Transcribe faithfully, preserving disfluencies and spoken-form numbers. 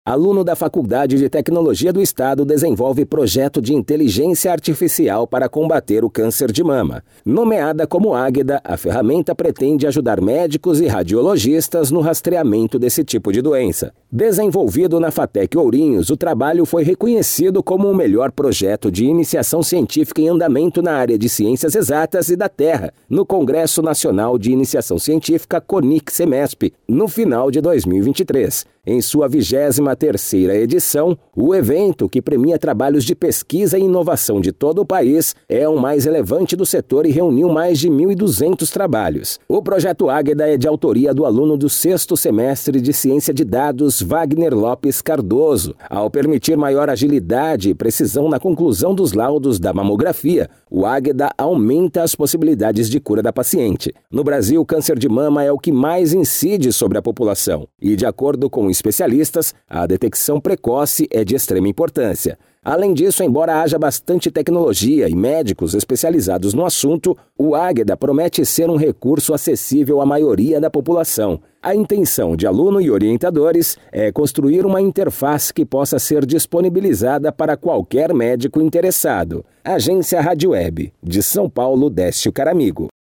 aluno da Faculdade de Tecnologia do Estado, desenvolve projeto de inteligência artificial para combater o câncer de mama. Nomeada como Águeda, a ferramenta pretende ajudar médicos e radiologistas no rastreamento desse tipo de doença. Desenvolvido na FATEC Ourinhos, o trabalho foi reconhecido como o melhor projeto de iniciação científica em andamento na área de ciências exatas e da Terra, no Congresso Nacional de Iniciação Científica CONIC-CEMESP, no final de dois mil e vinte e três. Em sua vigésima terceira edição, o evento, que premia trabalhos de pesquisa e inovação de todo o país, é o mais relevante do setor e reuniu mais de mil e duzentos trabalhos. O projeto Águeda é de autoria do aluno do sexto semestre de Ciência de Dados, Wagner Lopes Cardoso. Ao permitir maior agilidade e precisão na conclusão dos laudos da mamografia, o Águeda aumenta as possibilidades de cura da paciente. No Brasil, o câncer de mama é o que mais incide sobre a população e, de acordo com especialistas, a detecção precoce é de extrema importância. Além disso, embora haja bastante tecnologia e médicos especializados no assunto, o Águeda promete ser um recurso acessível à maioria da população. A intenção de aluno e orientadores é construir uma interface que possa ser disponibilizada para qualquer médico interessado. Agência Rádio Web, de São Paulo, Décio Caramigo.